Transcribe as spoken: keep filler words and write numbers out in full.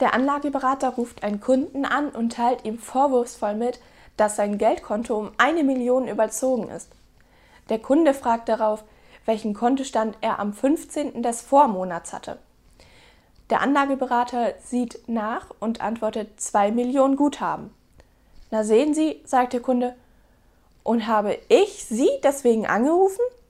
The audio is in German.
Der Anlageberater ruft einen Kunden an und teilt ihm vorwurfsvoll mit, dass sein Geldkonto um eine Million überzogen ist. Der Kunde fragt darauf, welchen Kontostand er am fünfzehnten des Vormonats hatte. Der Anlageberater sieht nach und antwortet zwei Millionen Guthaben. Na sehen Sie, sagt der Kunde, und habe ich Sie deswegen angerufen?